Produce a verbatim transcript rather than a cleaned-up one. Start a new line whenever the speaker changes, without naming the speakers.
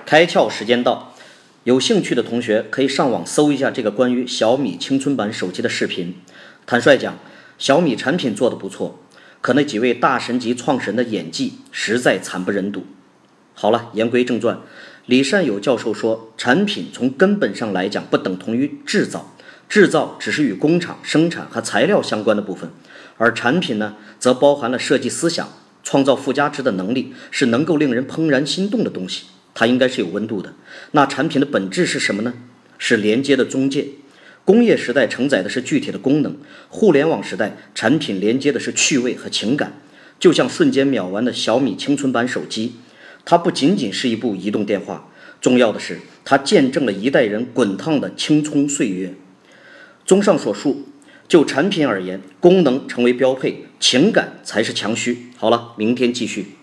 开窍时间到，有兴趣的同学可以上网搜一下这个关于小米青春版手机的视频。坦率讲，小米产品做得不错，可那几位大神级创始人的演技实在惨不忍睹。好了，言归正传，李善友教授说，产品从根本上来讲不等同于制造，制造只是与工厂生产和材料相关的部分，而产品呢，则包含了设计思想、创造附加值的能力，是能够令人怦然心动的东西。它应该是有温度的。那产品的本质是什么呢？是连接的中介。工业时代承载的是具体的功能，互联网时代产品连接的是趣味和情感。就像瞬间秒完的小米青春版手机，它不仅仅是一部移动电话，重要的是它见证了一代人滚烫的青葱岁月。综上所述，就产品而言，功能成为标配，情感才是强需。好了，明天继续。